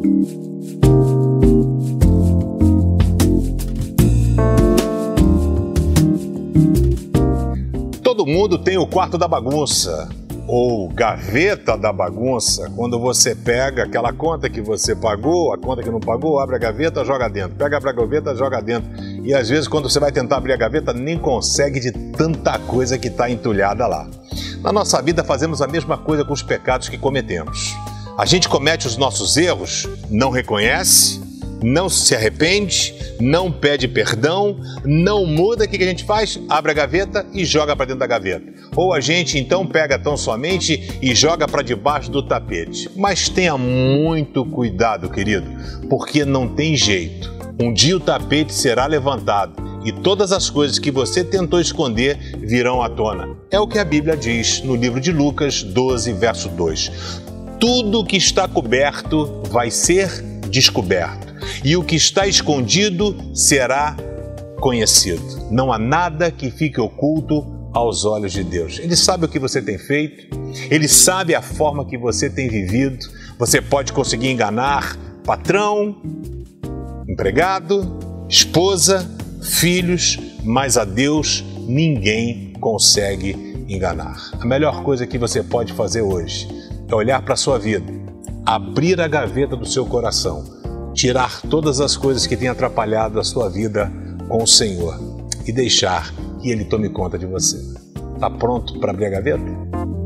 Todo mundo tem o quarto da bagunça, ou gaveta da bagunça, quando você pega aquela conta que você pagou, a conta que não pagou, abre a gaveta, joga dentro. Pega a gaveta, joga dentro. E às vezes quando você vai tentar abrir a gaveta, nem consegue de tanta coisa que está entulhada lá. Na nossa vida fazemos a mesma coisa com os pecados que cometemos. A gente comete os nossos erros, não reconhece, não se arrepende, não pede perdão, não muda. O que a gente faz? Abre a gaveta e joga para dentro da gaveta. Ou a gente então pega tão somente e joga para debaixo do tapete. Mas tenha muito cuidado, querido, porque não tem jeito. Um dia o tapete será levantado e todas as coisas que você tentou esconder virão à tona. É o que a Bíblia diz no livro de Lucas 12, verso 2. Tudo que está coberto vai ser descoberto. E o que está escondido será conhecido. Não há nada que fique oculto aos olhos de Deus. Ele sabe o que você tem feito, Ele sabe a forma que você tem vivido. Você pode conseguir enganar patrão, empregado, esposa, filhos, mas a Deus ninguém consegue enganar. A melhor coisa que você pode fazer hoje é olhar para a sua vida, abrir a gaveta do seu coração, tirar todas as coisas que têm atrapalhado a sua vida com o Senhor e deixar que Ele tome conta de você. Está pronto para abrir a gaveta?